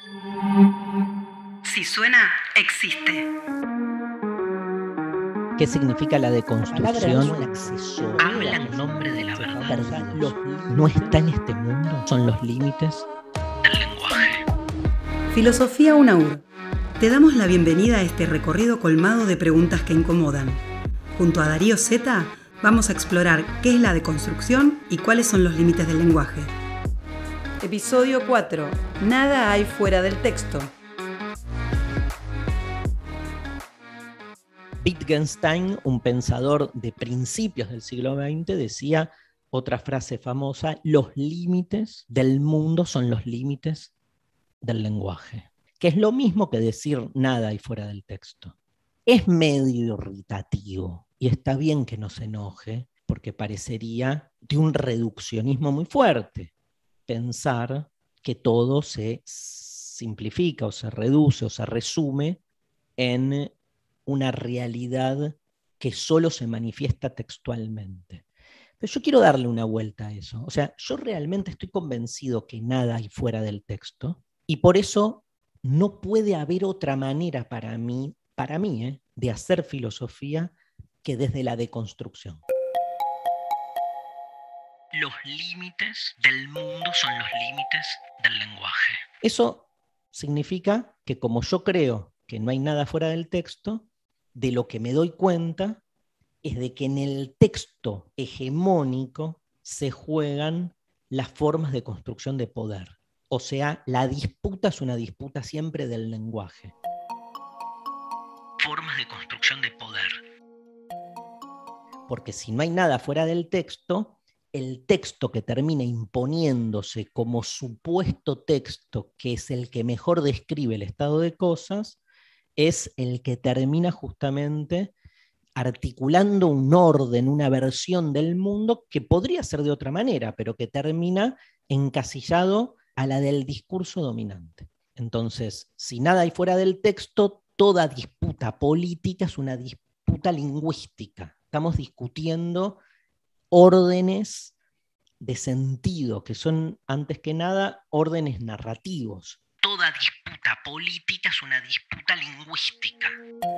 Si suena, existe. ¿Qué significa la deconstrucción? Habla en nombre de la verdad. ¿No está en este mundo? ¿Son los límites? Del lenguaje. Filosofía UNAUR. Te damos la bienvenida a este recorrido colmado de preguntas que incomodan. Junto a Darío Zeta vamos a explorar qué es la deconstrucción y cuáles son los límites del lenguaje. Episodio 4. Nada hay fuera del texto. Wittgenstein, un pensador de principios del siglo XX, decía otra frase famosa: los límites del mundo son los límites del lenguaje, que es lo mismo que decir nada hay fuera del texto. Es medio irritativo y está bien que no se enoje, porque parecería de un reduccionismo muy fuerte pensar que todo se simplifica o se reduce o se resume en una realidad que solo se manifiesta textualmente. Pero yo quiero darle una vuelta a eso. O sea, yo realmente estoy convencido que nada hay fuera del texto y por eso no puede haber otra manera para mí, de hacer filosofía que desde la deconstrucción. Los límites del mundo son los límites del lenguaje. Eso significa que como yo creo que no hay nada fuera del texto, de lo que me doy cuenta es de que en el texto hegemónico se juegan las formas de construcción de poder. O sea, la disputa es una disputa siempre del lenguaje. Formas de construcción de poder. Porque si no hay nada fuera del texto, el texto que termina imponiéndose como supuesto texto, que es el que mejor describe el estado de cosas, es el que termina justamente articulando un orden, una versión del mundo que podría ser de otra manera, pero que termina encasillado a la del discurso dominante. Entonces, si nada hay fuera del texto, toda disputa política es una disputa lingüística. Estamos discutiendo órdenes de sentido, que son, antes que nada, órdenes narrativos. Toda disputa política es una disputa lingüística.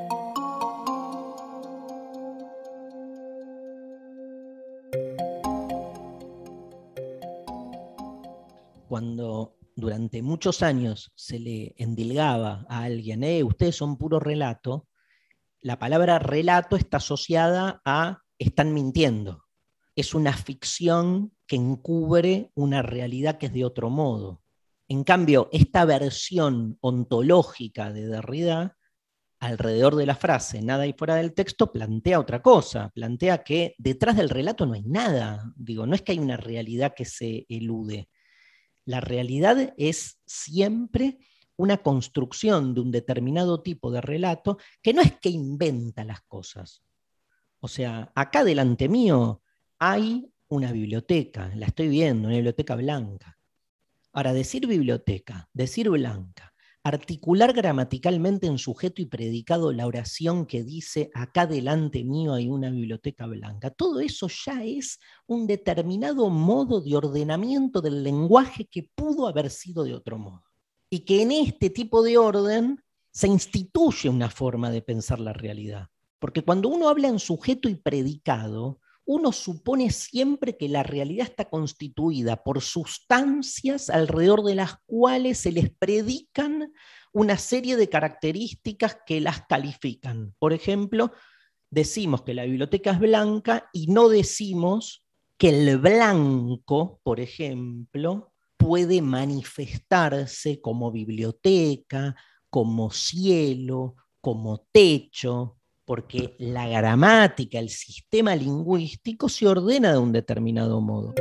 Cuando durante muchos años se le endilgaba a alguien, ustedes son puro relato, la palabra relato está asociada a están mintiendo. Es una ficción que encubre una realidad que es de otro modo. En cambio, esta versión ontológica de Derrida, alrededor de la frase nada hay fuera del texto, plantea otra cosa, plantea que detrás del relato no hay nada. Digo, no es que hay una realidad que se elude. La realidad es siempre una construcción de un determinado tipo de relato que no es que inventa las cosas. O sea, acá delante mío hay una biblioteca, la estoy viendo, una biblioteca blanca. Ahora, decir biblioteca, decir blanca, articular gramaticalmente en sujeto y predicado la oración que dice acá delante mío hay una biblioteca blanca, todo eso ya es un determinado modo de ordenamiento del lenguaje que pudo haber sido de otro modo. Y que en este tipo de orden se instituye una forma de pensar la realidad. Porque cuando uno habla en sujeto y predicado, uno supone siempre que la realidad está constituida por sustancias alrededor de las cuales se les predican una serie de características que las califican. Por ejemplo, decimos que la biblioteca es blanca y no decimos que el blanco, por ejemplo, puede manifestarse como biblioteca, como cielo, como techo, porque la gramática, el sistema lingüístico se ordena de un determinado modo.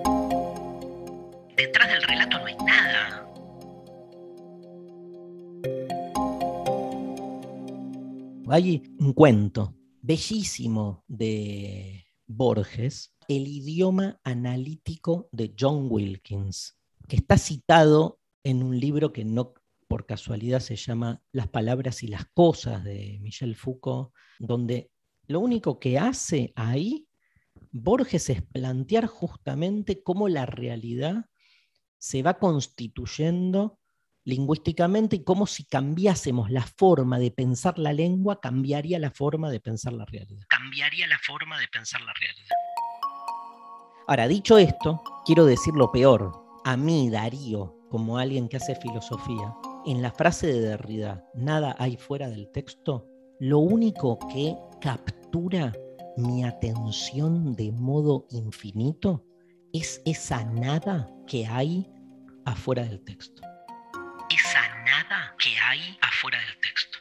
Detrás del relato no hay nada. Hay un cuento bellísimo de Borges, El idioma analítico de John Wilkins, que está citado en un libro que no por casualidad se llama Las palabras y las cosas de Michel Foucault, donde lo único que hace ahí Borges es plantear justamente cómo la realidad se va constituyendo lingüísticamente y cómo si cambiásemos la forma de pensar la lengua, cambiaría la forma de pensar la realidad. Cambiaría la forma de pensar la realidad. Ahora, dicho esto, quiero decir lo peor. A mí, Darío, como alguien que hace filosofía, en la frase de Derrida, nada hay fuera del texto, lo único que captura mi atención de modo infinito es esa nada que hay afuera del texto. Esa nada que hay afuera del texto.